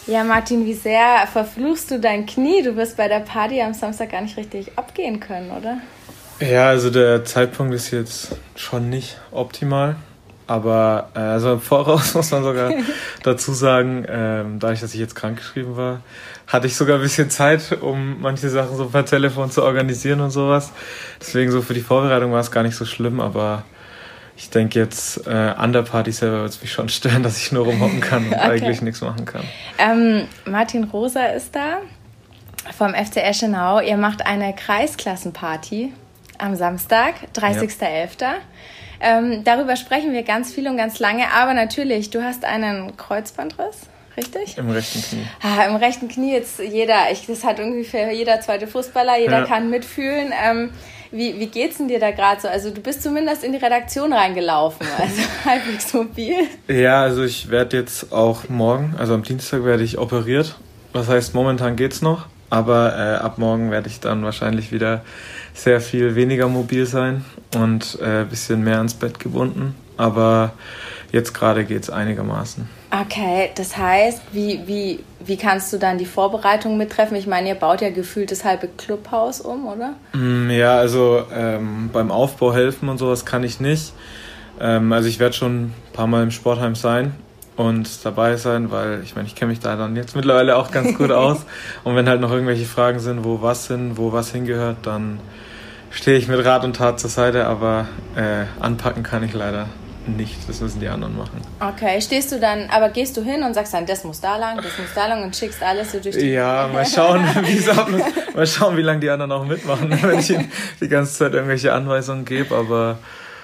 Ja, Martin, wie sehr verfluchst du dein Knie? Du wirst bei der Party am Samstag gar nicht richtig abgehen können, oder? Ja, also der Zeitpunkt ist jetzt schon nicht optimal. Aber also im Voraus muss man sogar dazu sagen, dadurch, dass ich jetzt krankgeschrieben war, hatte ich sogar ein bisschen Zeit, um manche Sachen so per Telefon zu organisieren und sowas. Deswegen so für die Vorbereitung war es gar nicht so schlimm, aber ich denke jetzt an der Party selber wird es mich schon stören, dass ich nur rumhocken kann und eigentlich nichts machen kann. Martin Rosa ist da vom FC Eschenau. Ihr macht eine Kreisklassenparty am Samstag, 30.11. Darüber sprechen wir ganz viel und ganz lange, aber natürlich, du hast einen Kreuzbandriss, richtig? Im rechten Knie. Im rechten Knie jetzt das hat ungefähr jeder zweite Fußballer, jeder kann mitfühlen. Wie geht's denn dir da gerade so? Also du bist zumindest in die Redaktion reingelaufen, also halbwegs mobil. Ja, also ich werde jetzt auch morgen, also am Dienstag werde ich operiert. Das heißt, momentan geht's noch, aber ab morgen werde ich dann wahrscheinlich wieder sehr viel weniger mobil sein und ein bisschen mehr ans Bett gebunden. Aber jetzt gerade geht's einigermaßen. Okay, das heißt, wie kannst du dann die Vorbereitung mittreffen? Ich meine, ihr baut ja gefühlt das halbe Clubhaus um, oder? Ja, also beim Aufbau helfen und sowas kann ich nicht. Also ich werde schon ein paar Mal im Sportheim sein und dabei sein, weil ich meine, ich kenne mich da dann jetzt mittlerweile auch ganz gut aus. Und wenn halt noch irgendwelche Fragen sind, wo was hingehört, dann stehe ich mit Rat und Tat zur Seite, aber anpacken kann ich leider nicht. Das müssen die anderen machen. Okay, gehst du hin und sagst dann, das muss da lang und schickst alles so durch die... Ja, mal schauen, wie lange die anderen auch mitmachen, wenn ich ihnen die ganze Zeit irgendwelche Anweisungen gebe, aber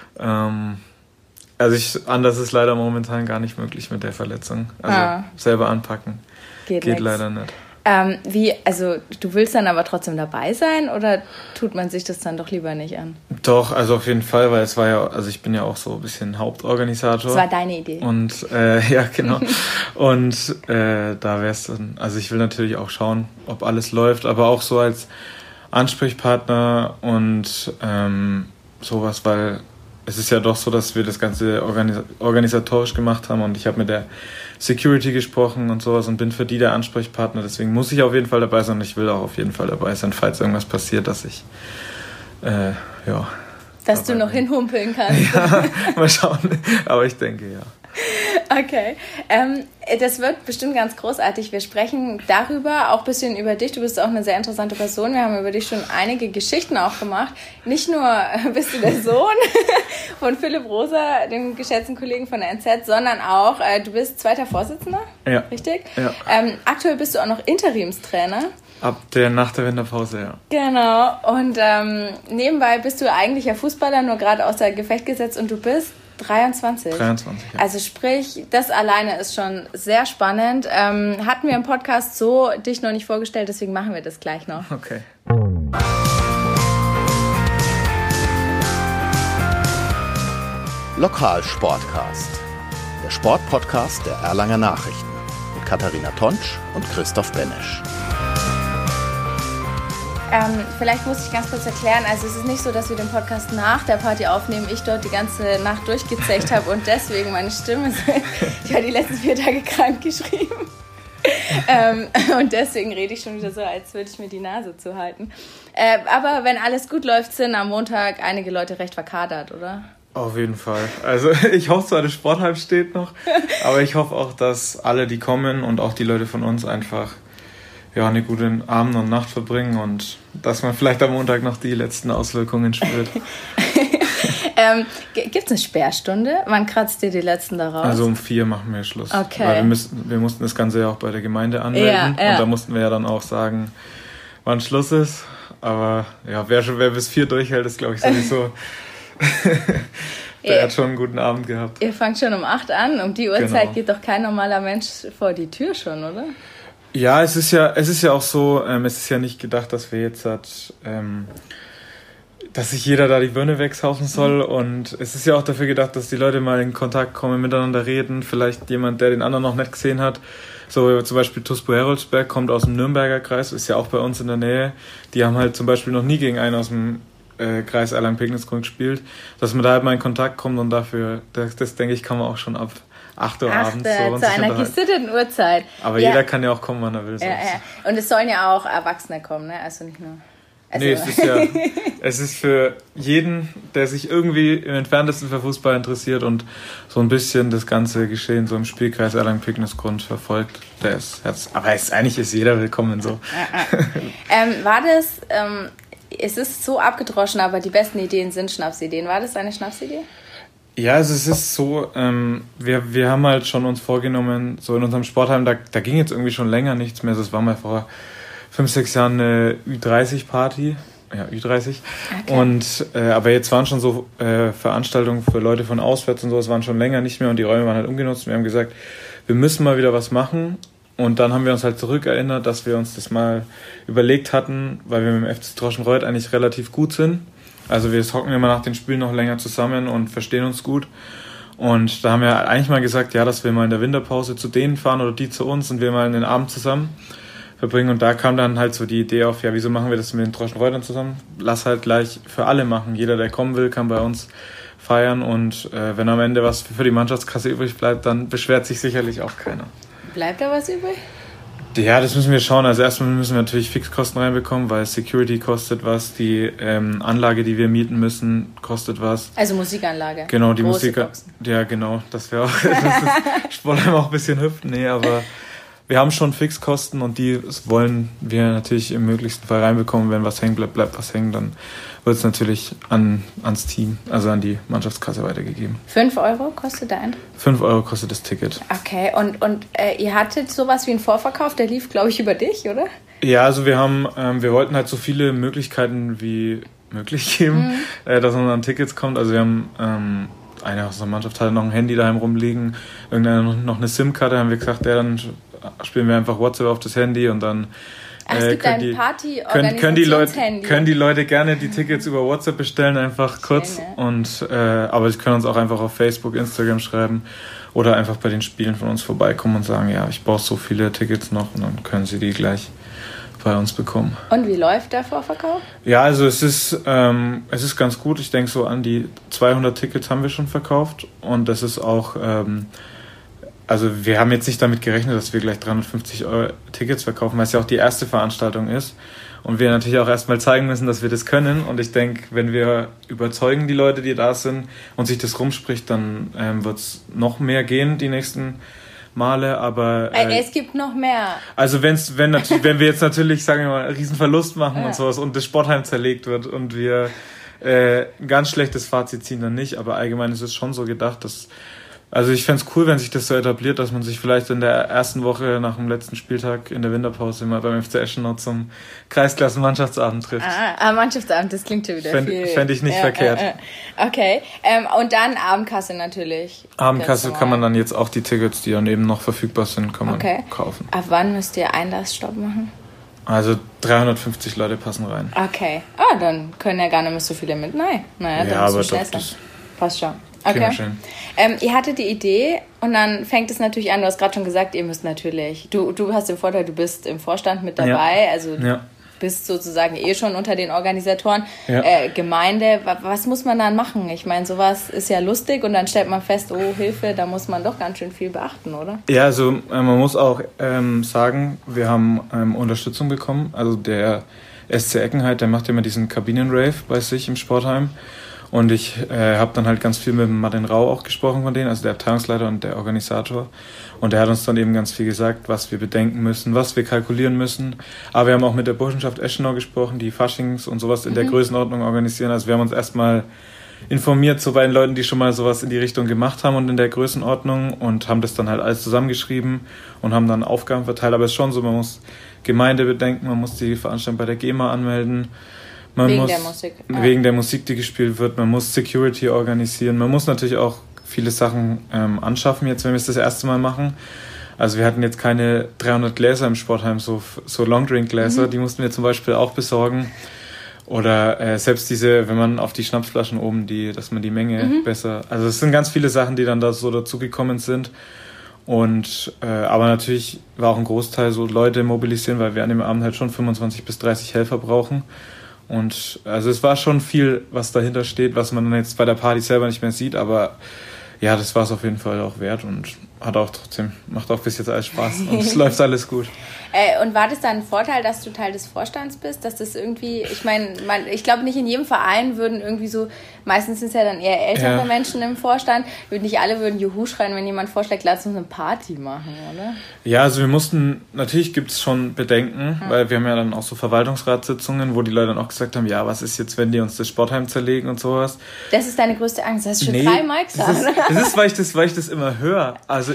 anders ist leider momentan gar nicht möglich mit der Verletzung. Also selber anpacken geht leider nicht. Du willst dann aber trotzdem dabei sein oder tut man sich das dann doch lieber nicht an? Doch, also auf jeden Fall, weil es war ja, also ich bin ja auch so ein bisschen Hauptorganisator. Das war deine Idee. Und ja, genau. Und da wäre es dann, also ich will natürlich auch schauen, ob alles läuft, aber auch so als Ansprechpartner und sowas, weil es ist ja doch so, dass wir das Ganze organisatorisch gemacht haben und ich habe mit der Security gesprochen und sowas und bin für die der Ansprechpartner. Deswegen muss ich auf jeden Fall dabei sein und ich will auch auf jeden Fall dabei sein, falls irgendwas passiert, dass ich, dass du noch hinhumpeln kannst. Ja, mal schauen. Aber ich denke, ja. Okay. Das wird bestimmt ganz großartig. Wir sprechen darüber, auch ein bisschen über dich. Du bist auch eine sehr interessante Person. Wir haben über dich schon einige Geschichten auch gemacht. Nicht nur bist du der Sohn von Philipp Rosa, dem geschätzten Kollegen von der NZ, sondern auch du bist zweiter Vorsitzender. Ja. Richtig? Ja. Aktuell bist du auch noch Interimstrainer. Nach der Winterpause, ja. Genau. Und nebenbei bist du eigentlich ja Fußballer, nur gerade außer Gefecht gesetzt und du bist 23. 23, ja. Also sprich, das alleine ist schon sehr spannend. Hatten wir im Podcast so dich noch nicht vorgestellt, deswegen machen wir das gleich noch. Okay. Lokalsportcast. Der Sportpodcast der Erlanger Nachrichten. Mit Katharina Tonsch und Christoph Benesch. Vielleicht muss ich ganz kurz erklären, also es ist nicht so, dass wir den Podcast nach der Party aufnehmen, ich dort die ganze Nacht durchgezecht habe und deswegen meine Stimme, ich war die letzten 4 Tage krank geschrieben und deswegen rede ich schon wieder so, als würde ich mir die Nase zuhalten. Aber wenn alles gut läuft, sind am Montag einige Leute recht verkadert, oder? Auf jeden Fall. Also ich hoffe zwar, das Sportheim steht noch, aber ich hoffe auch, dass alle, die kommen und auch die Leute von uns einfach eine gute Abend und Nacht verbringen und dass man vielleicht am Montag noch die letzten Auswirkungen spürt. Gibt es eine Sperrstunde? Wann kratzt ihr die letzten da raus? Also um 4 machen wir Schluss. Okay. Weil wir mussten das Ganze ja auch bei der Gemeinde anmelden und da mussten wir ja dann auch sagen, wann Schluss ist. Aber ja, wer bis 4 durchhält, ist glaube ich sowieso... Der hat schon einen guten Abend gehabt. Ihr fangt schon um 8 an. Um die Uhrzeit geht doch kein normaler Mensch vor die Tür schon, oder? Ja, es ist ja auch so, es ist ja nicht gedacht, dass wir jetzt dass sich jeder da die Birne wegsaufen soll und es ist ja auch dafür gedacht, dass die Leute mal in Kontakt kommen, miteinander reden, vielleicht jemand, der den anderen noch nicht gesehen hat. So zum Beispiel TuSpo Heroldsberg kommt aus dem Nürnberger Kreis, ist ja auch bei uns in der Nähe. Die haben halt zum Beispiel noch nie gegen einen aus dem Kreis Erlangen-Pegnitz gespielt, dass man da halt mal in Kontakt kommt und dafür, das denke ich, kann man auch schon 8 Uhr abends. So, zu einer gesitteten Uhrzeit. Aber jeder kann ja auch kommen, wann er will. Ja. Und es sollen ja auch Erwachsene kommen, ne? Also nicht nur... Nee, es ist für jeden, der sich irgendwie im Entferntesten für Fußball interessiert und so ein bisschen das ganze Geschehen so im Spielkreis Erlangen-Pegnitz-Grund verfolgt. Aber eigentlich ist jeder willkommen so. War das, es ist so abgedroschen, aber die besten Ideen sind Schnapsideen. War das eine Schnapsidee? Ja, also es ist so, wir haben halt schon uns vorgenommen, so in unserem Sportheim, da ging jetzt irgendwie schon länger nichts mehr. Das war mal vor 5-6 Jahren eine Ü30-Party. Ja, Ü30. Okay. Und, aber jetzt waren schon so Veranstaltungen für Leute von auswärts und so, es waren schon länger nicht mehr und die Räume waren halt umgenutzt. Wir haben gesagt, wir müssen mal wieder was machen. Und dann haben wir uns halt zurückerinnert, dass wir uns das mal überlegt hatten, weil wir mit dem FC Droschenreuth eigentlich relativ gut sind. Also wir hocken immer nach den Spielen noch länger zusammen und verstehen uns gut. Und da haben wir eigentlich mal gesagt, ja, dass wir mal in der Winterpause zu denen fahren oder die zu uns und wir mal den Abend zusammen verbringen. Und da kam dann halt so die Idee auf, ja, wieso machen wir das mit den Droschenreutern zusammen? Lass halt gleich für alle machen. Jeder, der kommen will, kann bei uns feiern. Und wenn am Ende was für die Mannschaftskasse übrig bleibt, dann beschwert sich sicherlich auch keiner. Bleibt da was übrig? Ja, das müssen wir schauen. Also erstmal müssen wir natürlich Fixkosten reinbekommen, weil Security kostet was, die Anlage, die wir mieten müssen, kostet was. Also Musikanlage. Genau, die Musik. Ja, genau. Das wäre auch das Sportheim auch ein bisschen hüpft. Nee, aber wir haben schon Fixkosten und die wollen wir natürlich im möglichsten Fall reinbekommen. Wenn was hängen bleibt, bleibt was hängen, dann wird es natürlich ans Team, also an die Mannschaftskasse weitergegeben. 5 Euro kostet der Eintritt? 5 Euro kostet das Ticket. Okay, und ihr hattet sowas wie einen Vorverkauf, der lief, glaube ich, über dich, oder? Ja, also wir wollten halt so viele Möglichkeiten wie möglich geben, dass man an Tickets kommt. Also wir haben einer aus unserer Mannschaft hatte noch ein Handy daheim rumliegen, irgendeiner noch eine SIM-Karte, haben wir gesagt, dann spielen wir einfach WhatsApp auf das Handy und dann es gibt ein Party-Organisationshandy. Können die Leute gerne die Tickets über WhatsApp bestellen, einfach kurz. Aber sie können uns auch einfach auf Facebook, Instagram schreiben oder einfach bei den Spielen von uns vorbeikommen und sagen, ja, ich brauche so viele Tickets noch und dann können sie die gleich bei uns bekommen. Und wie läuft der Vorverkauf? Ja, also es ist ganz gut. Ich denke, so an die 200 Tickets haben wir schon verkauft und das ist auch... Also wir haben jetzt nicht damit gerechnet, dass wir gleich 350 Euro Tickets verkaufen, weil es ja auch die erste Veranstaltung ist. Und wir natürlich auch erstmal zeigen müssen, dass wir das können. Und ich denke, wenn wir überzeugen die Leute, die da sind und sich das rumspricht, dann wird es noch mehr gehen die nächsten Male. Aber es gibt noch mehr. Also wenn wir jetzt natürlich, sagen wir mal, einen riesen Verlust machen und sowas und das Sportheim zerlegt wird und wir ein ganz schlechtes Fazit ziehen, dann nicht. Aber allgemein ist es schon so gedacht, dass... Also ich fände es cool, wenn sich das so etabliert, dass man sich vielleicht in der ersten Woche nach dem letzten Spieltag in der Winterpause mal beim FC Eschenau zum Kreisklassen-Mannschaftsabend trifft. Mannschaftsabend, das klingt schon wieder viel. Fände ich nicht verkehrt. Okay, und dann Abendkasse natürlich. Abendkasse kann man dann jetzt auch die Tickets, die dann eben noch verfügbar sind, kann man kaufen. Ab wann müsst ihr Einlassstopp machen? Also 350 Leute passen rein. Okay, dann können ja gar nicht mehr so viele mit. Naja, dann ja, aber doch, das passt schon. Okay. Ihr hattet die Idee und dann fängt es natürlich an, du hast gerade schon gesagt, ihr müsst natürlich, du hast den Vorteil, du bist im Vorstand mit dabei, also bist sozusagen schon unter den Organisatoren. Gemeinde, was muss man dann machen? Ich meine, sowas ist ja lustig und dann stellt man fest, oh Hilfe, da muss man doch ganz schön viel beachten, oder? Ja, also man muss auch sagen, wir haben Unterstützung bekommen, also der SC Eckenheit, der macht immer diesen Kabinenrave bei sich im Sportheim. Und ich habe dann halt ganz viel mit Martin Rau auch gesprochen von denen, also der Abteilungsleiter und der Organisator. Und der hat uns dann eben ganz viel gesagt, was wir bedenken müssen, was wir kalkulieren müssen. Aber wir haben auch mit der Burschenschaft Eschenau gesprochen, die Faschings und sowas in der Größenordnung organisieren. Also wir haben uns erstmal informiert so bei den Leuten, die schon mal sowas in die Richtung gemacht haben und in der Größenordnung und haben das dann halt alles zusammengeschrieben und haben dann Aufgaben verteilt. Aber es ist schon so, man muss Gemeinde bedenken, man muss die Veranstaltung bei der GEMA anmelden. Wegen der Musik, die gespielt wird. Man muss Security organisieren. Man muss natürlich auch viele Sachen anschaffen, jetzt wenn wir es das erste Mal machen. Also wir hatten jetzt keine 300 Gläser im Sportheim, so Longdrink-Gläser. Die mussten wir zum Beispiel auch besorgen. Oder selbst diese, wenn man auf die Schnapsflaschen oben, dass man die Menge besser... Also es sind ganz viele Sachen, die dann da so dazugekommen sind. Und aber natürlich war auch ein Großteil so Leute mobilisieren, weil wir an dem Abend halt schon 25 bis 30 Helfer brauchen. Und also es war schon viel, was dahinter steht, was man dann jetzt bei der Party selber nicht mehr sieht, aber ja, das war es auf jeden Fall auch wert und macht auch bis jetzt alles Spaß und es läuft alles gut. Und war das dann ein Vorteil, dass du Teil des Vorstands bist? Dass das irgendwie, ich meine, ich glaube nicht in jedem Verein würden irgendwie so, meistens sind es ja dann eher ältere Menschen im Vorstand, nicht alle würden Juhu schreien, wenn jemand vorschlägt, lass uns eine Party machen, oder? Ja, also natürlich gibt es schon Bedenken, weil wir haben ja dann auch so Verwaltungsratssitzungen, wo die Leute dann auch gesagt haben, ja, was ist jetzt, wenn die uns das Sportheim zerlegen und sowas. Das ist deine größte Angst, das hast du schon 3-mal gesagt. Das ist, weil ich das immer höre. Also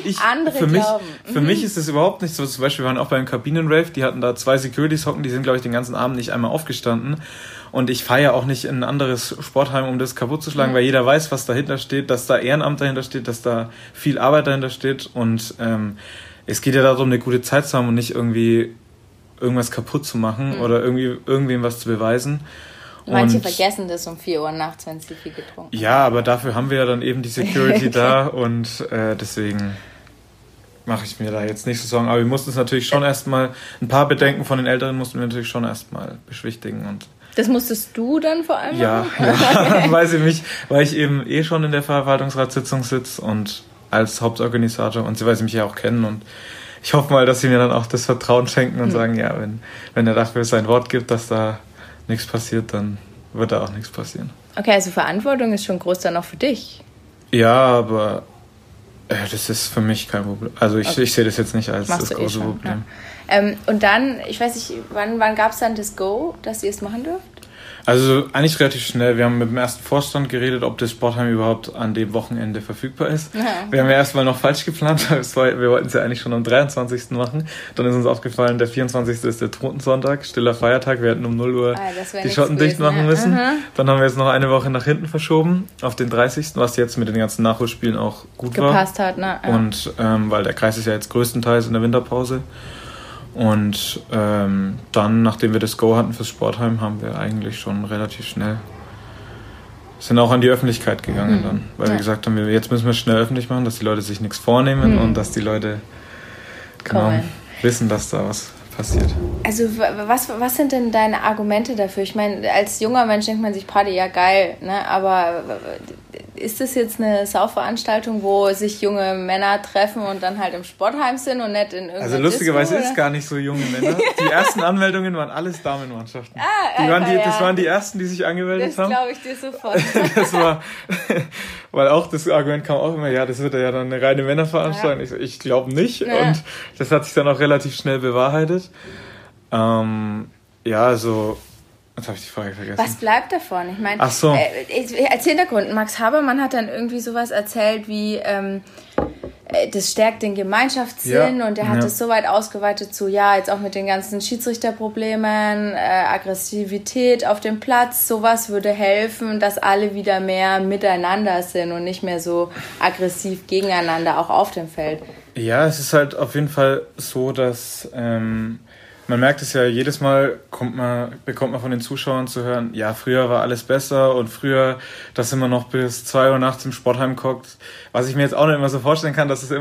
für mich ist das überhaupt nicht so. Zum Beispiel, wir waren auch beim Kabinenrave, die hatten da 2 Securities hocken, die sind, glaube ich, den ganzen Abend nicht einmal aufgestanden. Und ich fahre ja auch nicht in ein anderes Sportheim, um das kaputt zu schlagen, weil jeder weiß, was dahinter steht, dass da Ehrenamt dahinter steht, dass da viel Arbeit dahinter steht. Und es geht ja darum, eine gute Zeit zu haben und nicht irgendwie irgendwas kaputt zu machen oder irgendwem was zu beweisen. Manche vergessen das um 4 Uhr nachts, wenn sie viel getrunken haben. Ja, aber dafür haben wir ja dann eben die Security da und deswegen mache ich mir da jetzt nicht so Sorgen. Aber wir mussten es natürlich schon erstmal, ein paar Bedenken von den Älteren mussten wir natürlich schon erstmal beschwichtigen. Und das musstest du dann vor allem machen? Ja, weil ich eben schon in der Verwaltungsratssitzung sitze und als Hauptorganisator und weil sie mich ja auch kennen und ich hoffe mal, dass sie mir dann auch das Vertrauen schenken und sagen, ja, wenn er dafür sein Wort gibt, dass da nichts passiert, dann wird da auch nichts passieren. Okay, also Verantwortung ist schon groß dann auch für dich. Ja, aber das ist für mich kein Problem. Also ich sehe das jetzt nicht als das große Problem. Ja. Und dann, ich weiß nicht, wann gab es dann das Go, dass ihr es machen dürft? Also eigentlich relativ schnell. Wir haben mit dem ersten Vorstand geredet, ob das Sportheim überhaupt an dem Wochenende verfügbar ist. Ja. Wir haben ja erstmal noch falsch geplant. Wir wollten es ja eigentlich schon am 23. machen. Dann ist uns aufgefallen, der 24. ist der Totensonntag, stiller Feiertag. Wir hätten um 0 Uhr die Schotten dicht machen müssen. Dann haben wir jetzt noch eine Woche nach hinten verschoben, auf den 30., was jetzt mit den ganzen Nachholspielen auch gut gepasst hat. Ne? Ja. Und weil der Kreis ist ja jetzt größtenteils in der Winterpause. Und dann, nachdem wir das Go hatten fürs Sportheim, haben wir eigentlich schon relativ schnell, sind auch an die Öffentlichkeit gegangen dann, weil wir gesagt haben, jetzt müssen wir es schnell öffentlich machen, dass die Leute sich nichts vornehmen und dass die Leute wissen, dass da was passiert. Also was sind denn deine Argumente dafür? Ich meine, als junger Mensch denkt man sich, Party, ja geil, ne? Aber ist das jetzt eine Sauveranstaltung, wo sich junge Männer treffen und dann halt im Sportheim sind und nicht in irgendeiner Also lustigerweise ist es gar nicht so junge Männer. Die ersten Anmeldungen waren alles Damenmannschaften. Das waren die ersten, die sich angemeldet haben. Das glaube ich dir sofort. Das war, weil auch das Argument kam auch immer, ja, das wird ja dann eine reine Männerveranstaltung. Ja. Ich glaube nicht. Ja. Und das hat sich dann auch relativ schnell bewahrheitet. Also jetzt habe ich die Frage vergessen. Was bleibt davon? Ich meine, als Hintergrund, Max Habermann hat dann irgendwie sowas erzählt wie, das stärkt den Gemeinschaftssinn und er hat das so weit ausgeweitet zu, jetzt auch mit den ganzen Schiedsrichterproblemen, Aggressivität auf dem Platz, sowas würde helfen, dass alle wieder mehr miteinander sind und nicht mehr so aggressiv gegeneinander, auch auf dem Feld. Ja, es ist halt auf jeden Fall so, dass man merkt es ja, jedes Mal bekommt man von den Zuschauern zu hören, ja, früher war alles besser und früher, da sind wir noch bis 2 Uhr nachts im Sportheim gehockt. Was ich mir jetzt auch nicht immer so vorstellen kann, dass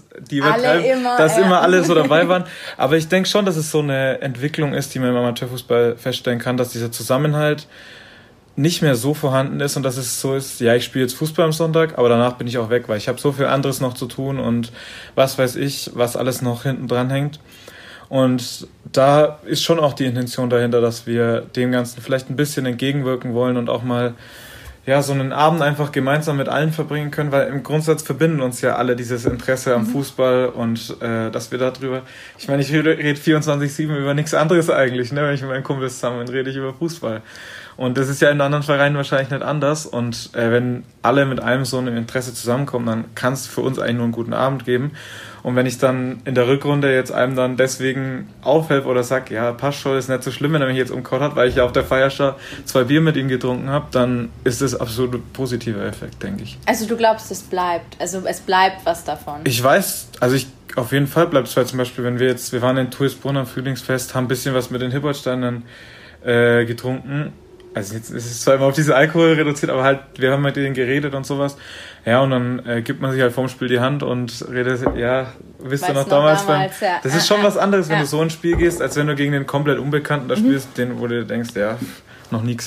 immer alle so dabei waren. Aber ich denke schon, dass es so eine Entwicklung ist, die man im Amateurfußball feststellen kann, dass dieser Zusammenhalt nicht mehr so vorhanden ist und dass es so ist, ja, ich spiele jetzt Fußball am Sonntag, aber danach bin ich auch weg, weil ich habe so viel anderes noch zu tun und was weiß ich, was alles noch hinten dran hängt. Und da ist schon auch die Intention dahinter, dass wir dem Ganzen vielleicht ein bisschen entgegenwirken wollen und auch mal so einen Abend einfach gemeinsam mit allen verbringen können, weil im Grundsatz verbinden uns ja alle dieses Interesse am Fußball und dass wir darüber, ich meine, ich rede 24/7 über nichts anderes eigentlich, ne? Wenn ich mit meinen Kumpels zusammen bin, rede ich über Fußball. Und das ist ja in anderen Vereinen wahrscheinlich nicht anders. Und wenn alle mit einem so einem Interesse zusammenkommen, dann kann es für uns eigentlich nur einen guten Abend geben. Und wenn ich dann in der Rückrunde jetzt einem dann deswegen aufhelfe oder sage, ja, passt schon, ist nicht so schlimm, wenn er mich jetzt umgehauen hat, weil ich ja auf der Feierschau 2 Bier mit ihm getrunken habe, dann ist das absolut ein positiver Effekt, denke ich. Also du glaubst, es bleibt? Also es bleibt was davon? Ich weiß, auf jeden Fall bleibt es, weil zum Beispiel, wir waren in Tuisbrunn am Frühlingsfest, haben ein bisschen was mit den Hippoldsteinern getrunken. Also jetzt ist es zwar immer auf diese Alkohol reduziert, aber halt, wir haben mit denen geredet und sowas. Ja, und dann gibt man sich halt vorm Spiel die Hand und redet, wisst ihr noch damals das ist schon was anderes, wenn du so ein Spiel gehst, als wenn du gegen den komplett Unbekannten da spielst, den, wo du denkst, noch nie gesehen.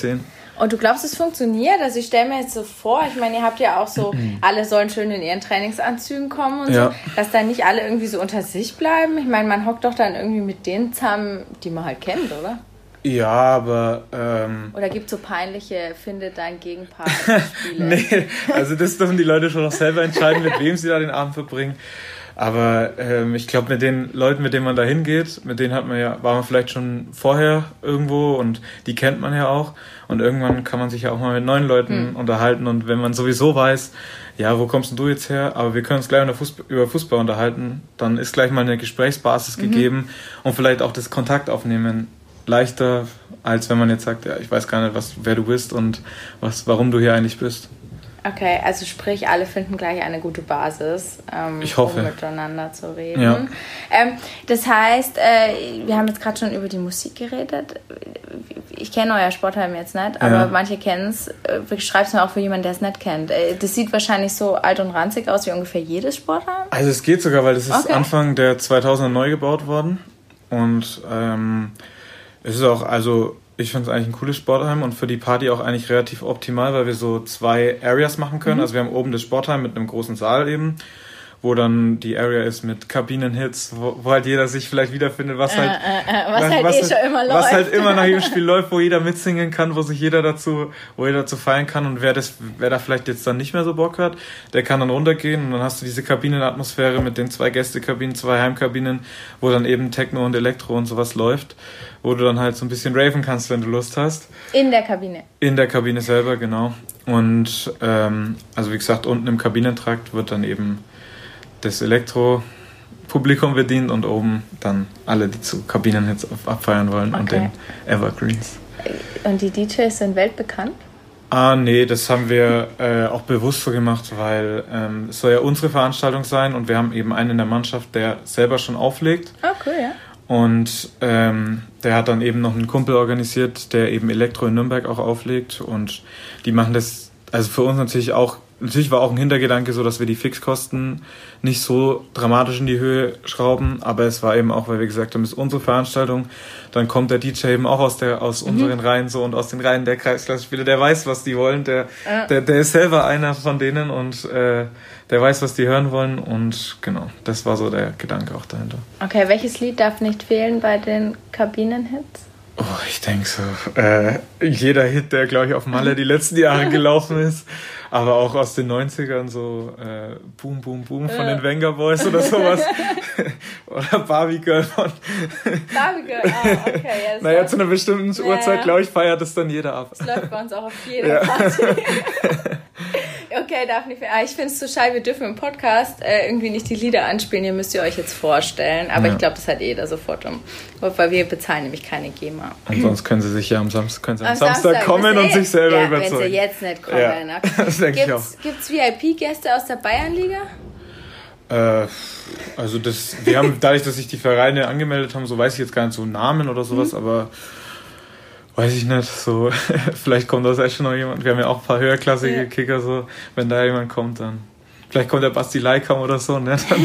Und du glaubst, es funktioniert? Also ich stelle mir jetzt so vor, ich meine, ihr habt ja auch so, alle sollen schön in ihren Trainingsanzügen kommen und so, dass da nicht alle irgendwie so unter sich bleiben. Ich meine, man hockt doch dann irgendwie mit denen zusammen, die man halt kennt, oder? Ja, aber... Oder gibt es so peinliche, finde dein Gegenpart-Spiele? Nee, also das dürfen die Leute schon noch selber entscheiden, mit wem sie da den Abend verbringen. Aber ich glaube, mit den Leuten, mit denen man da hingeht, mit denen war man vielleicht schon vorher irgendwo und die kennt man ja auch. Und irgendwann kann man sich ja auch mal mit neuen Leuten unterhalten. Und wenn man sowieso weiß, ja, wo kommst denn du jetzt her? Aber wir können uns gleich über Fußball unterhalten, dann ist gleich mal eine Gesprächsbasis gegeben und vielleicht auch das Kontakt aufnehmen leichter, als wenn man jetzt sagt, ja, ich weiß gar nicht, wer du bist und warum du hier eigentlich bist. Okay, also sprich, alle finden gleich eine gute Basis, ich hoffe. um miteinander zu reden. Ja. Das heißt, wir haben jetzt gerade schon über die Musik geredet. Ich kenne euer Sportheim jetzt nicht, aber manche kennen es. Schreib es mir auch für jemanden, der es nicht kennt. Das sieht wahrscheinlich so alt und ranzig aus wie ungefähr jedes Sportheim. Also es geht sogar, weil das ist Anfang der 2000er neu gebaut worden. Und es ist auch, also ich finde es eigentlich ein cooles Sportheim und für die Party auch eigentlich relativ optimal, weil wir so 2 Areas machen können. Also wir haben oben das Sportheim mit einem großen Saal eben, wo dann die Area ist mit Kabinenhits, wo halt jeder sich vielleicht wiederfindet, was halt immer nach jedem Spiel läuft, wo jeder mitsingen kann, wo jeder dazu feiern kann und wer da vielleicht jetzt dann nicht mehr so Bock hat, der kann dann runtergehen und dann hast du diese Kabinenatmosphäre mit den 2 Gästekabinen, 2 Heimkabinen, wo dann eben Techno und Elektro und sowas läuft, wo du dann halt so ein bisschen raven kannst, wenn du Lust hast. In der Kabine? In der Kabine selber, genau. Und also wie gesagt, unten im Kabinentrakt wird dann eben das Elektro-Publikum bedient und oben dann alle, die zu Kabinenhits abfeiern wollen und den Evergreens. Und die DJs sind weltbekannt? Nee, das haben wir auch bewusst so gemacht, weil es soll ja unsere Veranstaltung sein und wir haben eben einen in der Mannschaft, der selber schon auflegt. Oh, cool, ja. Und der hat dann eben noch einen Kumpel organisiert, der eben Elektro in Nürnberg auch auflegt und die machen das, also für uns natürlich war auch ein Hintergedanke so, dass wir die Fixkosten nicht so dramatisch in die Höhe schrauben, aber es war eben auch, weil wir gesagt haben, es ist unsere Veranstaltung, dann kommt der DJ eben auch aus unseren Reihen so und aus den Reihen der Kreisklasse-Spieler, der weiß, was die wollen, der ist selber einer von denen und der weiß, was die hören wollen und genau, das war so der Gedanke auch dahinter. Okay, welches Lied darf nicht fehlen bei den Kabinenhits? Oh, ich denke so, jeder Hit, der, glaube ich, auf Malle die letzten Jahre gelaufen ist, aber auch aus den 90ern so Boom, Boom, Boom von den Venga Boys oder sowas. Oder Barbie Girl von... Barbie Girl, okay. Ja, naja, zu einer bestimmten Uhrzeit, glaube ich, feiert das dann jeder ab. Das läuft bei uns auch auf jeder Party. Okay, darf nicht mehr. Ich finde es so schade, wir dürfen im Podcast irgendwie nicht die Lieder anspielen, ihr müsst ihr euch jetzt vorstellen. Aber ich glaube, das hat jeder sofort weil wir bezahlen nämlich keine GEMA. Und sonst können sie sich ja am Samstag kommen und sich selber überzeugen. Wenn sie jetzt nicht kommen. Ja, das denke ich auch. Gibt es VIP-Gäste aus der Bayernliga? Also wir haben, dadurch, dass sich die Vereine angemeldet haben, so weiß ich jetzt gar nicht so Namen oder sowas, aber weiß ich nicht, so vielleicht kommt aus echt schon noch jemand. Wir haben ja auch ein paar höherklassige Kicker, so wenn da jemand kommt, dann vielleicht kommt der Basti Leikam oder so, ne? Dann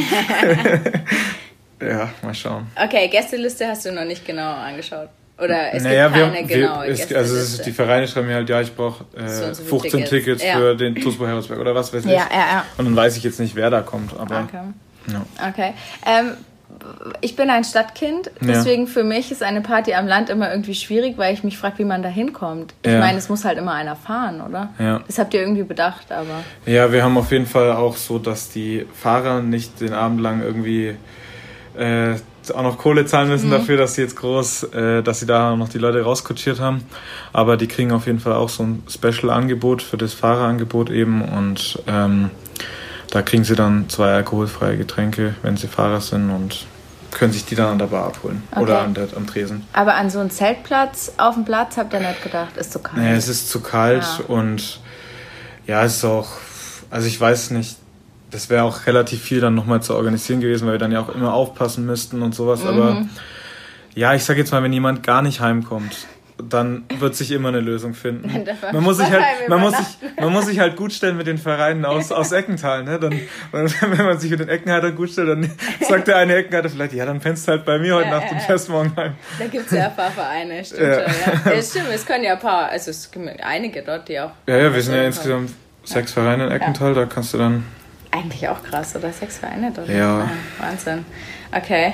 ja, mal schauen. Okay, Gästeliste hast du noch nicht genau angeschaut. Oder es gibt keine genaue Gästeliste. Also die Vereine schreiben mir halt, ja, ich brauche 15 Tickets für den TuS Heroldsberg oder was weiß ich. Ja. Und dann weiß ich jetzt nicht, wer da kommt. Aber, Okay. Ich bin ein Stadtkind, deswegen für mich ist eine Party am Land immer irgendwie schwierig, weil ich mich frage, wie man da hinkommt. Ich meine, es muss halt immer einer fahren, oder? Ja. Das habt ihr irgendwie bedacht, aber... Ja, wir haben auf jeden Fall auch so, dass die Fahrer nicht den Abend lang irgendwie auch noch Kohle zahlen müssen dafür, dass sie jetzt dass sie da noch die Leute rauskutschiert haben. Aber die kriegen auf jeden Fall auch so ein Special-Angebot für das Fahrerangebot eben und da kriegen sie dann 2 alkoholfreie Getränke, wenn sie Fahrer sind und können sich die dann an der Bar abholen oder am Tresen. Aber an so einen Zeltplatz auf dem Platz habt ihr nicht gedacht, ist zu kalt? Nee, es ist zu kalt und es ist auch, also ich weiß nicht, das wäre auch relativ viel dann nochmal zu organisieren gewesen, weil wir dann ja auch immer aufpassen müssten und sowas, aber ja, ich sag jetzt mal, wenn jemand gar nicht heimkommt, dann wird sich immer eine Lösung finden. Man muss sich halt gut stellen mit den Vereinen aus Eckental. Ne? Dann, wenn man sich mit den Eckenhaltern gut stellt, dann sagt der eine Eckenhalter vielleicht, ja, dann pennst du halt bei mir heute Nacht und fährst morgen heim. Da gibt es ja ein paar Vereine, stimmt schon. Ja. Ja, stimmt, es können ja ein paar, also es gibt einige dort, die auch... Ja, wir sind ja insgesamt 6 Vereine in Eckental, da kannst du dann... Eigentlich auch krass, oder? 6 Vereine dort. Ja. Wahnsinn. Okay.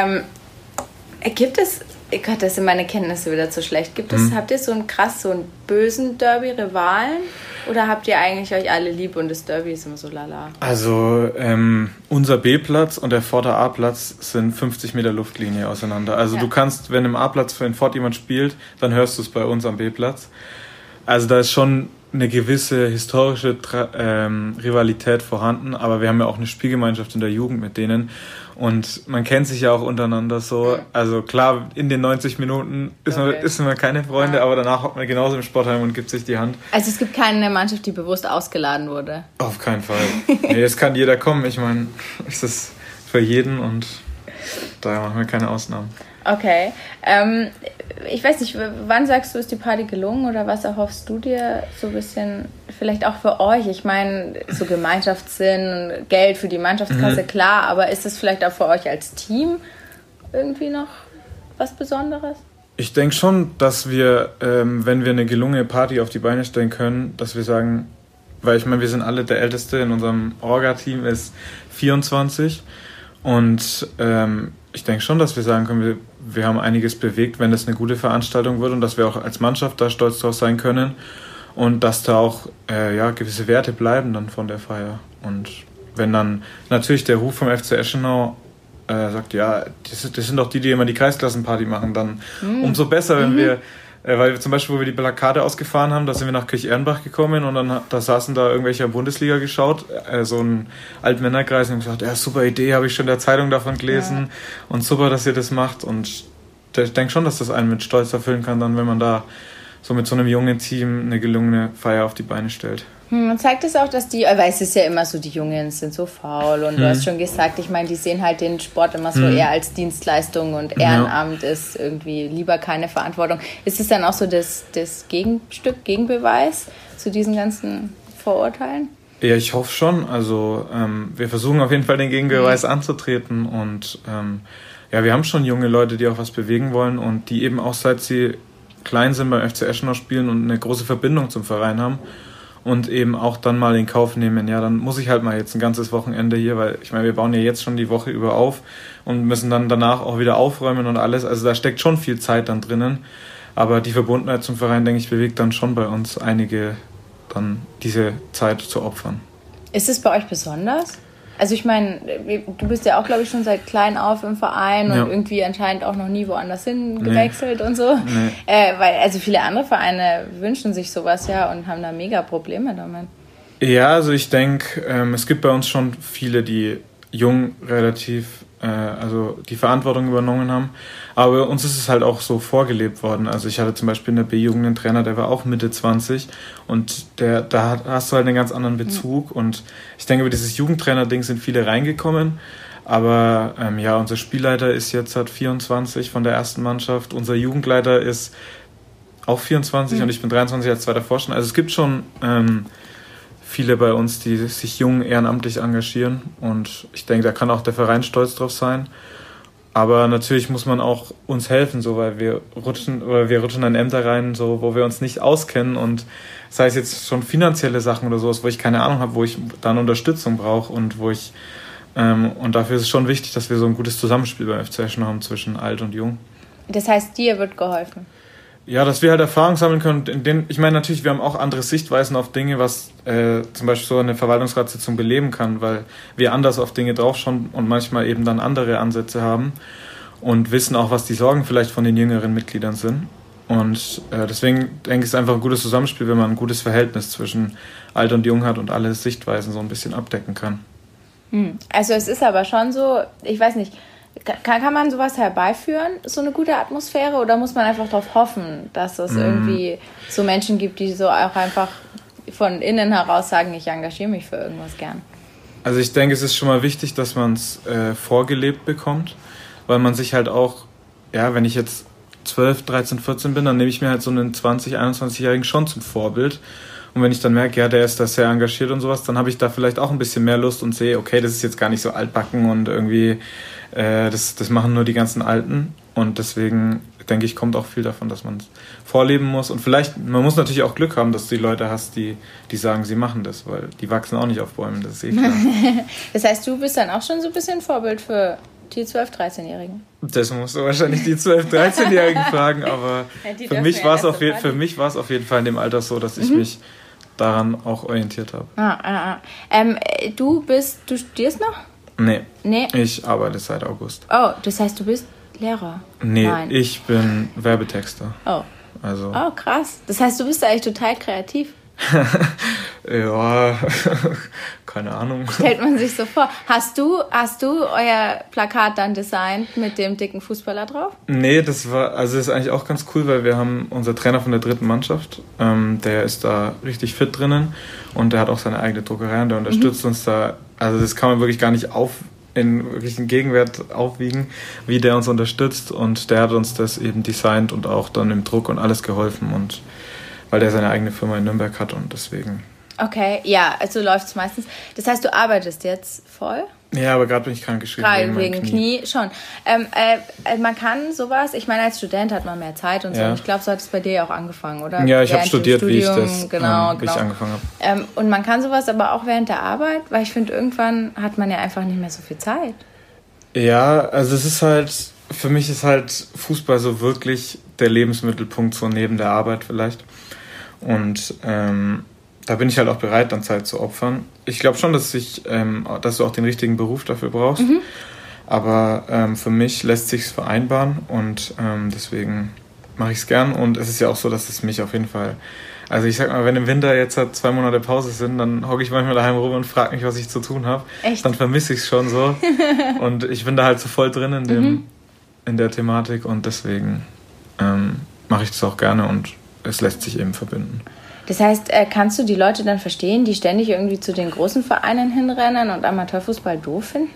Gibt es... Gott, das sind meine Kenntnisse wieder zu schlecht. Habt ihr so einen bösen Derby-Rivalen? Oder habt ihr eigentlich euch alle lieb und das Derby ist immer so lala? Also unser B-Platz und der Vorder A-Platz sind 50 Meter Luftlinie auseinander. Also du kannst, wenn im A-Platz für den Fort jemand spielt, dann hörst du es bei uns am B-Platz. Also da ist schon eine gewisse historische Rivalität vorhanden, aber wir haben ja auch eine Spielgemeinschaft in der Jugend mit denen und man kennt sich ja auch untereinander so. Also klar, in den 90 Minuten ist man keine Freunde, aber danach hockt man genauso im Sportheim und gibt sich die Hand. Also es gibt keine Mannschaft, die bewusst ausgeladen wurde? Auf keinen Fall. Nee, es kann jeder kommen. Ich meine, es ist für jeden und daher machen wir keine Ausnahmen. Okay. Ich weiß nicht, wann sagst du, ist die Party gelungen oder was erhoffst du dir so ein bisschen, vielleicht auch für euch? Ich meine, so Gemeinschaftssinn, Geld für die Mannschaftskasse, klar, aber ist es vielleicht auch für euch als Team irgendwie noch was Besonderes? Ich denke schon, dass wir, wenn wir eine gelungene Party auf die Beine stellen können, dass wir sagen, weil ich meine, wir sind alle, der Älteste in unserem Orga-Team ist 24 und ich denke schon, dass wir sagen können, wir haben einiges bewegt, wenn das eine gute Veranstaltung wird und dass wir auch als Mannschaft da stolz drauf sein können und dass da auch gewisse Werte bleiben dann von der Feier. Und wenn dann natürlich der Ruf vom FC Eschenau sagt, ja, das sind doch die immer die Kreisklassenparty machen, dann umso besser, wenn wir, weil wir zum Beispiel, wo wir die Plakate ausgefahren haben, da sind wir nach Kirch-Ehrenbach gekommen und dann da saßen da irgendwelche Bundesliga geschaut, so ein Altmännerkreis und haben gesagt, ja, super Idee, habe ich schon in der Zeitung davon gelesen und super, dass ihr das macht und ich denke schon, dass das einen mit Stolz erfüllen kann, dann, wenn man da so mit so einem jungen Team eine gelungene Feier auf die Beine stellt. Und zeigt es auch, dass weil es ist ja immer so, die Jungen sind so faul und du hast schon gesagt, ich meine, die sehen halt den Sport immer so eher als Dienstleistung und Ehrenamt ist irgendwie lieber keine Verantwortung. Ist es dann auch so das Gegenbeweis zu diesen ganzen Vorurteilen? Ja, ich hoffe schon. Also wir versuchen auf jeden Fall den Gegenbeweis anzutreten und wir haben schon junge Leute, die auch was bewegen wollen und die eben auch seit sie klein sind beim FC Eschenau spielen und eine große Verbindung zum Verein haben. Und eben auch dann mal in Kauf nehmen, ja, dann muss ich halt mal jetzt ein ganzes Wochenende hier, weil ich meine, wir bauen ja jetzt schon die Woche über auf und müssen dann danach auch wieder aufräumen und alles. Also da steckt schon viel Zeit dann drinnen. Aber die Verbundenheit zum Verein, denke ich, bewegt dann schon bei uns einige, dann diese Zeit zu opfern. Ist es bei euch besonders? Also ich meine, du bist ja auch, glaube ich, schon seit klein auf im Verein und irgendwie anscheinend auch noch nie woanders hin gewechselt und so. Nee. Weil also viele andere Vereine wünschen sich sowas ja und haben da mega Probleme damit. Ja, also ich denke, es gibt bei uns schon viele, die jung relativ die Verantwortung übernommen haben. Aber uns ist es halt auch so vorgelebt worden. Also ich hatte zum Beispiel in der B-Jugend einen Trainer, der war auch Mitte 20 und da hast du halt einen ganz anderen Bezug. Und ich denke, über dieses Jugendtrainer-Ding sind viele reingekommen. Aber unser Spielleiter ist jetzt 24 von der ersten Mannschaft. Unser Jugendleiter ist auch 24 und ich bin 23 als zweiter Vorstand. Also es gibt schon viele bei uns, die sich jung ehrenamtlich engagieren und ich denke, da kann auch der Verein stolz drauf sein. Aber natürlich muss man auch uns helfen, so, weil wir rutschen in Ämter rein, so, wo wir uns nicht auskennen und sei es jetzt schon finanzielle Sachen oder sowas, wo ich keine Ahnung habe, wo ich dann Unterstützung brauche und und dafür ist es schon wichtig, dass wir so ein gutes Zusammenspiel beim FC Eschenau haben zwischen alt und jung. Das heißt, dir wird geholfen? Ja, dass wir halt Erfahrung sammeln können. Ich meine natürlich, wir haben auch andere Sichtweisen auf Dinge, was zum Beispiel so eine Verwaltungsratssitzung beleben kann, weil wir anders auf Dinge draufschauen und manchmal eben dann andere Ansätze haben und wissen auch, was die Sorgen vielleicht von den jüngeren Mitgliedern sind. Und deswegen denke ich, es ist einfach ein gutes Zusammenspiel, wenn man ein gutes Verhältnis zwischen alt und jung hat und alle Sichtweisen so ein bisschen abdecken kann. Also es ist aber schon so, ich weiß nicht, kann man sowas herbeiführen, so eine gute Atmosphäre, oder muss man einfach darauf hoffen, dass es irgendwie so Menschen gibt, die so auch einfach von innen heraus sagen, ich engagiere mich für irgendwas gern? Also ich denke, es ist schon mal wichtig, dass man es vorgelebt bekommt, weil man sich halt auch, wenn ich jetzt 12, 13, 14 bin, dann nehme ich mir halt so einen 20, 21-Jährigen schon zum Vorbild. Und wenn ich dann merke, ja, der ist da sehr engagiert und sowas, dann habe ich da vielleicht auch ein bisschen mehr Lust und sehe, okay, das ist jetzt gar nicht so altbacken und irgendwie, das machen nur die ganzen Alten. Und deswegen denke ich, kommt auch viel davon, dass man es vorleben muss. Und vielleicht, man muss natürlich auch Glück haben, dass du die Leute hast, die sagen, sie machen das, weil die wachsen auch nicht auf Bäumen, das ist eh klar. Das heißt, du bist dann auch schon so ein bisschen Vorbild für die 12-, 13-Jährigen? Das musst du wahrscheinlich die 12-, 13-Jährigen fragen, aber ja, für mich war es auf jeden Fall in dem Alter so, dass ich mich daran auch orientiert habe. Du studierst noch? Nee, ich arbeite seit August. Oh, das heißt, du bist Lehrer? Nee, Nein. Ich bin Werbetexter. Oh. Also. Oh, krass. Das heißt, du bist eigentlich total kreativ. Ja, keine Ahnung. Stellt man sich so vor. Hast du euer Plakat dann designt mit dem dicken Fußballer drauf? Nee, das ist eigentlich auch ganz cool, weil wir haben unser Trainer von der 3. Mannschaft, der ist da richtig fit drinnen und der hat auch seine eigene Druckerei und der unterstützt uns da. Also das kann man wirklich gar nicht in wirklichen Gegenwert aufwiegen, wie der uns unterstützt, und der hat uns das eben designt und auch dann im Druck und alles geholfen, und weil der seine eigene Firma in Nürnberg hat und deswegen. Okay, ja, also läuft es meistens. Das heißt, du arbeitest jetzt voll? Ja, aber gerade bin ich krankgeschrieben. Gerade wegen Knie schon. Man kann sowas, ich meine, als Student hat man mehr Zeit und so. Und ich glaube, so hat es bei dir ja auch angefangen, oder? Ja, ich habe studiert, wie ich angefangen habe. Und man kann sowas aber auch während der Arbeit, weil ich finde, irgendwann hat man ja einfach nicht mehr so viel Zeit. Ja, also es ist halt, für mich ist halt Fußball so wirklich der Lebensmittelpunkt, so neben der Arbeit vielleicht. Und da bin ich halt auch bereit, dann Zeit zu opfern. Ich glaube schon, dass du auch den richtigen Beruf dafür brauchst. Aber für mich lässt sich's vereinbaren und deswegen mache ich es gern. Und es ist ja auch so, dass es mich auf jeden Fall... Also ich sag mal, wenn im Winter jetzt 2 Monate Pause sind, dann hocke ich manchmal daheim rum und frage mich, was ich zu tun habe. Dann vermisse ich es schon so. Und ich bin da halt so voll drin in der Thematik und deswegen mache ich das auch gerne und es lässt sich eben verbinden. Das heißt, kannst du die Leute dann verstehen, die ständig irgendwie zu den großen Vereinen hinrennen und Amateurfußball doof finden?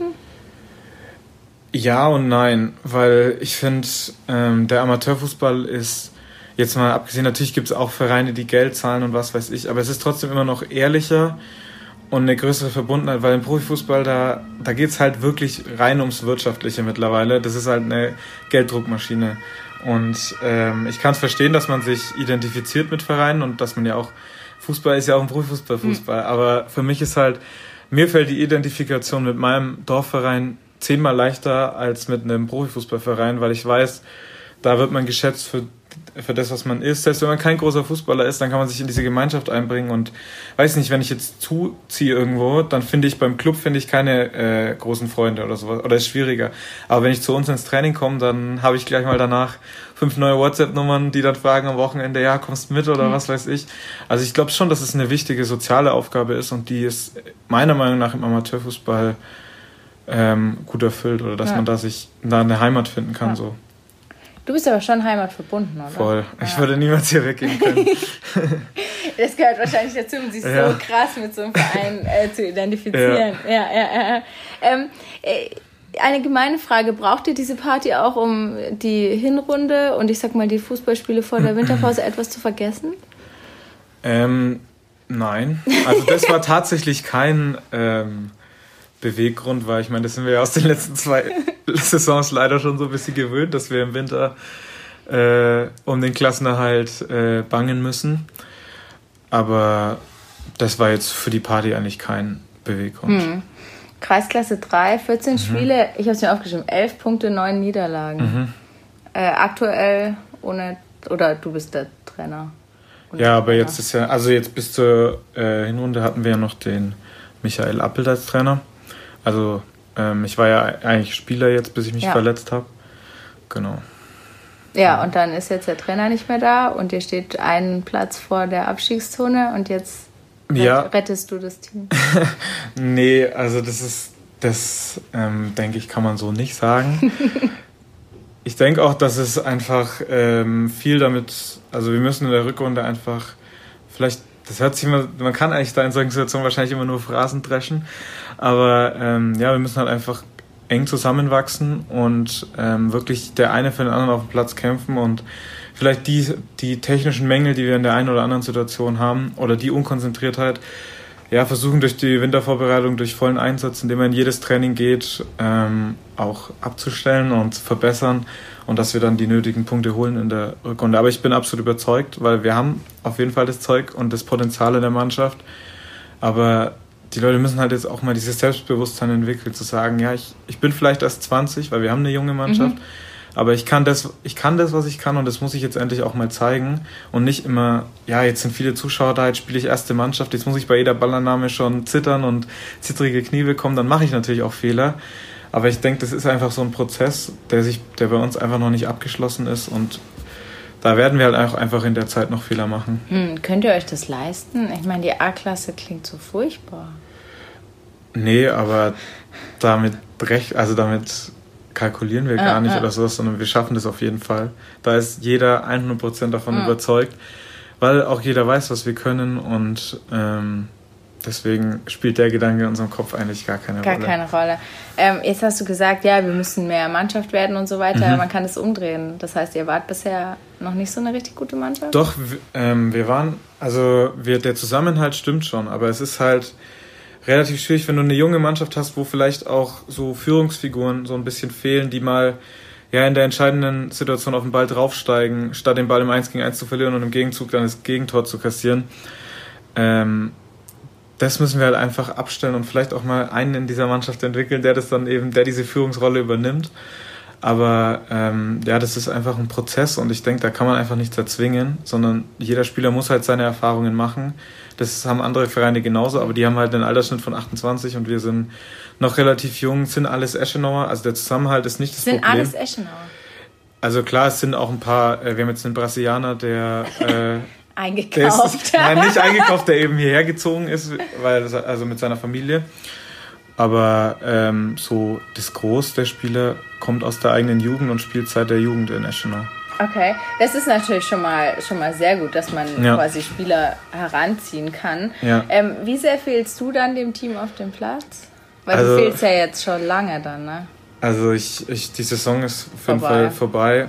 Ja und nein, weil ich finde, der Amateurfußball ist, jetzt mal abgesehen, natürlich gibt es auch Vereine, die Geld zahlen und was weiß ich, aber es ist trotzdem immer noch ehrlicher und eine größere Verbundenheit, weil im Profifußball, da geht es halt wirklich rein ums Wirtschaftliche mittlerweile. Das ist halt eine Gelddruckmaschine. Und ich kann es verstehen, dass man sich identifiziert mit Vereinen und dass man ja auch, Fußball ist ja auch ein Profifußball, aber für mich ist halt, mir fällt die Identifikation mit meinem Dorfverein 10-mal leichter als mit einem Profifußballverein, weil ich weiß, da wird man geschätzt für das, was man ist. Selbst wenn man kein großer Fußballer ist, dann kann man sich in diese Gemeinschaft einbringen und weiß nicht, wenn ich jetzt zuziehe irgendwo, dann finde ich beim Club keine großen Freunde oder sowas, oder ist schwieriger. Aber wenn ich zu uns ins Training komme, dann habe ich gleich mal danach 5 neue WhatsApp-Nummern, die dann fragen am Wochenende, ja, kommst mit oder was weiß ich. Also ich glaube schon, dass es eine wichtige soziale Aufgabe ist und die ist meiner Meinung nach im Amateurfußball gut erfüllt oder dass man da eine Heimat finden kann. Ja. So. Du bist aber schon heimatverbunden, oder? Voll. Ich würde niemals hier weggehen können. Das gehört wahrscheinlich dazu, um sich so krass mit so einem Verein zu identifizieren. Ja. Eine gemeine Frage. Braucht ihr diese Party auch, um die Hinrunde und ich sag mal die Fußballspiele vor der Winterpause etwas zu vergessen? Nein. Also das war tatsächlich kein Beweggrund, weil ich meine, das sind wir ja aus den letzten 2 Saisons leider schon so ein bisschen gewöhnt, dass wir im Winter um den Klassenerhalt bangen müssen. Aber das war jetzt für die Party eigentlich kein Beweggrund. Kreisklasse 3, 14 Spiele, ich habe es mir aufgeschrieben, 11 Punkte, 9 Niederlagen. Aktuell ohne, oder du bist der Trainer? Ja, aber jetzt ist ja, also jetzt bis zur Hinrunde hatten wir ja noch den Michael Appelt als Trainer. Also ich war ja eigentlich Spieler jetzt, bis ich mich verletzt habe. Genau. Ja, und dann ist jetzt der Trainer nicht mehr da und dir steht ein Platz vor der Abstiegszone und jetzt rettest du das Team. Nee, also das denke ich, kann man so nicht sagen. Ich denke auch, dass es einfach viel damit, also wir müssen in der Rückrunde einfach vielleicht, das hört sich immer, man kann eigentlich da in solchen Situationen wahrscheinlich immer nur Phrasen dreschen, aber wir müssen halt einfach eng zusammenwachsen und wirklich der eine für den anderen auf dem Platz kämpfen und vielleicht die technischen Mängel, die wir in der einen oder anderen Situation haben oder die Unkonzentriertheit, versuchen durch die Wintervorbereitung, durch vollen Einsatz, indem man in jedes Training geht, auch abzustellen und zu verbessern und dass wir dann die nötigen Punkte holen in der Rückrunde. Aber ich bin absolut überzeugt, weil wir haben auf jeden Fall das Zeug und das Potenzial in der Mannschaft, aber die Leute müssen halt jetzt auch mal dieses Selbstbewusstsein entwickeln, zu sagen, ich bin vielleicht erst 20, weil wir haben eine junge Mannschaft, aber ich kann das, was ich kann und das muss ich jetzt endlich auch mal zeigen und nicht immer, jetzt sind viele Zuschauer da, jetzt spiele ich erste Mannschaft, jetzt muss ich bei jeder Ballannahme schon zittern und zittrige Knie bekommen, dann mache ich natürlich auch Fehler, aber ich denke, das ist einfach so ein Prozess, der bei uns einfach noch nicht abgeschlossen ist und da werden wir halt auch einfach in der Zeit noch Fehler machen. Könnt ihr euch das leisten? Ich meine, die A-Klasse klingt so furchtbar. Nee, aber damit kalkulieren wir gar nicht oder sowas, sondern wir schaffen das auf jeden Fall. Da ist jeder 100% davon überzeugt, weil auch jeder weiß, was wir können und deswegen spielt der Gedanke in unserem Kopf eigentlich gar keine Rolle. Gar keine Rolle. Jetzt hast du gesagt, wir müssen mehr Mannschaft werden und so weiter. Man kann es umdrehen. Das heißt, ihr wart bisher noch nicht so eine richtig gute Mannschaft? Doch, wir waren, der Zusammenhalt stimmt schon, aber es ist halt relativ schwierig, wenn du eine junge Mannschaft hast, wo vielleicht auch so Führungsfiguren so ein bisschen fehlen, die mal in der entscheidenden Situation auf den Ball draufsteigen, statt den Ball im 1 gegen 1 zu verlieren und im Gegenzug dann das Gegentor zu kassieren. Das müssen wir halt einfach abstellen und vielleicht auch mal einen in dieser Mannschaft entwickeln, der diese Führungsrolle übernimmt. Aber das ist einfach ein Prozess und ich denke, da kann man einfach nichts erzwingen, sondern jeder Spieler muss halt seine Erfahrungen machen. Das haben andere Vereine genauso, aber die haben halt einen Altersschnitt von 28 und wir sind noch relativ jung, sind alles Eschenauer. Also der Zusammenhalt ist nicht das Problem. Sind alles Eschenauer? Also klar, es sind auch ein paar, wir haben jetzt einen Brasilianer, der... eingekauft. Nicht eingekauft, der eben hierher gezogen ist, also mit seiner Familie. Aber so das Groß der Spieler kommt aus der eigenen Jugend und spielt seit der Jugend in Eschenau. Okay, das ist natürlich schon mal sehr gut, dass man quasi Spieler heranziehen kann. Ja. Wie sehr fehlst du dann dem Team auf dem Platz? Weil du fehlst ja jetzt schon lange dann, ne? Also die Saison ist auf jeden Fall vorbei.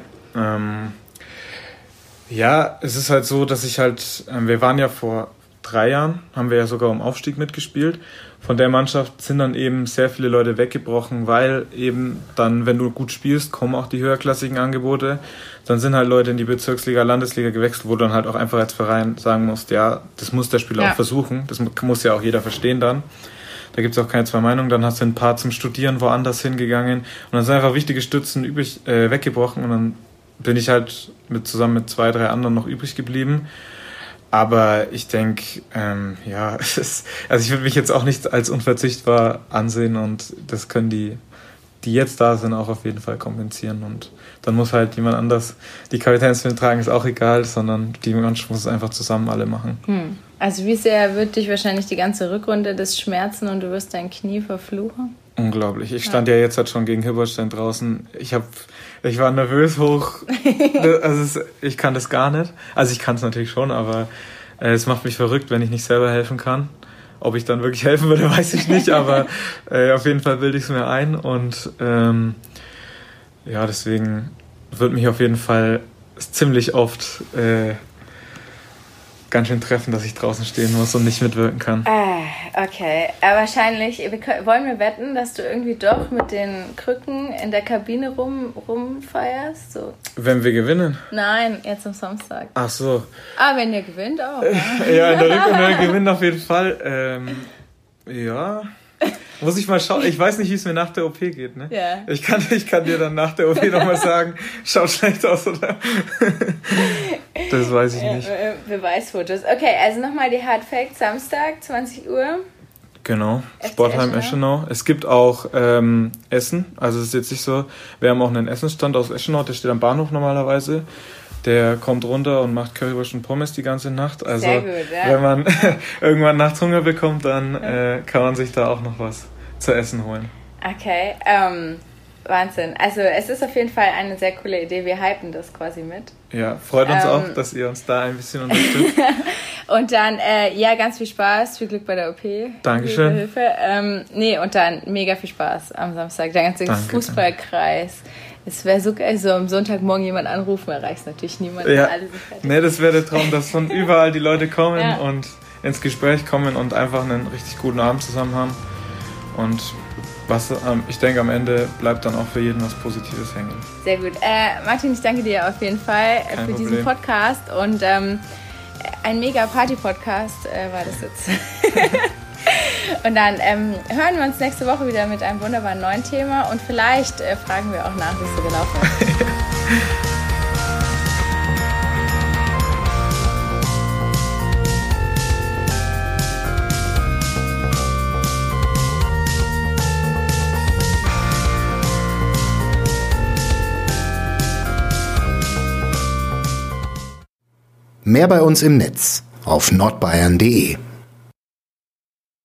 Es ist halt so, dass wir waren ja vor 3 Jahren, haben wir ja sogar um Aufstieg mitgespielt. Von der Mannschaft sind dann eben sehr viele Leute weggebrochen, weil eben dann, wenn du gut spielst, kommen auch die höherklassigen Angebote. Dann sind halt Leute in die Bezirksliga, Landesliga gewechselt, wo du dann halt auch einfach als Verein sagen musst, das muss der Spieler auch versuchen. Das muss ja auch jeder verstehen dann. Da gibt es auch keine zwei Meinungen. Dann hast du ein paar zum Studieren woanders hingegangen. Und dann sind einfach wichtige Stützen weggebrochen. Und dann bin ich halt zusammen mit 2, 3 anderen noch übrig geblieben. Aber ich denke, ich würde mich jetzt auch nicht als unverzichtbar ansehen und das können die jetzt da sind, auch auf jeden Fall kompensieren. Und dann muss halt jemand anders die Kapitänsbinde tragen, ist auch egal, sondern die Mannschaft muss es einfach zusammen alle machen. Also wie sehr wird dich wahrscheinlich die ganze Rückrunde das schmerzen und du wirst dein Knie verfluchen? Unglaublich. Ich stand ja jetzt halt schon gegen Hilberstein draußen. Ich war nervös hoch. Ich kann das gar nicht. Also ich kann es natürlich schon, aber es macht mich verrückt, wenn ich nicht selber helfen kann. Ob ich dann wirklich helfen würde, weiß ich nicht, aber auf jeden Fall bilde ich es mir ein und deswegen wird mich auf jeden Fall ziemlich oft ganz schön treffen, dass ich draußen stehen muss und nicht mitwirken kann. Okay, aber wahrscheinlich, wollen wir wetten, dass du irgendwie doch mit den Krücken in der Kabine rumfeierst? So. Wenn wir gewinnen? Nein, jetzt am Samstag. Ach so. Ah, wenn ihr gewinnt auch. Ja, in der Rückrunde gewinnen auf jeden Fall. Muss ich mal schauen. Ich weiß nicht, wie es mir nach der OP geht, ne? Ja. Ich kann dir dann nach der OP nochmal sagen, schaut schlecht aus, oder? Das weiß ich nicht. Beweisfotos. Okay, also nochmal die Hard Facts. Samstag, 20 Uhr. Genau, Sportheim Eschenau. Es gibt auch Essen. Also es ist jetzt nicht so, wir haben auch einen Essensstand aus Eschenau, der steht am Bahnhof normalerweise. Der kommt runter und macht Currywurst und Pommes die ganze Nacht. Also sehr gut, ja. Wenn man irgendwann nachts Hunger bekommt, dann kann man sich da auch noch was zu essen holen. Okay, Wahnsinn. Also es ist auf jeden Fall eine sehr coole Idee. Wir hypen das quasi mit. Ja, freut uns auch, dass ihr uns da ein bisschen unterstützt. Und dann, ganz viel Spaß, viel Glück bei der OP. Dankeschön. Hilfe. Und dann mega viel Spaß am Samstag. Der ganze Fußballkreis. Es wäre so geil, so am Sonntagmorgen jemand anrufen, erreicht natürlich niemand. Ja. Nee, das wäre der Traum, dass von überall die Leute kommen und ins Gespräch kommen und einfach einen richtig guten Abend zusammen haben. Und ich denke, am Ende bleibt dann auch für jeden was Positives hängen. Sehr gut. Martin, ich danke dir auf jeden Fall für diesen Podcast. Und ein mega Party-Podcast war das jetzt. Und dann hören wir uns nächste Woche wieder mit einem wunderbaren neuen Thema. Und vielleicht fragen wir auch nach, wie es so gelaufen ist. Mehr bei uns im Netz auf nordbayern.de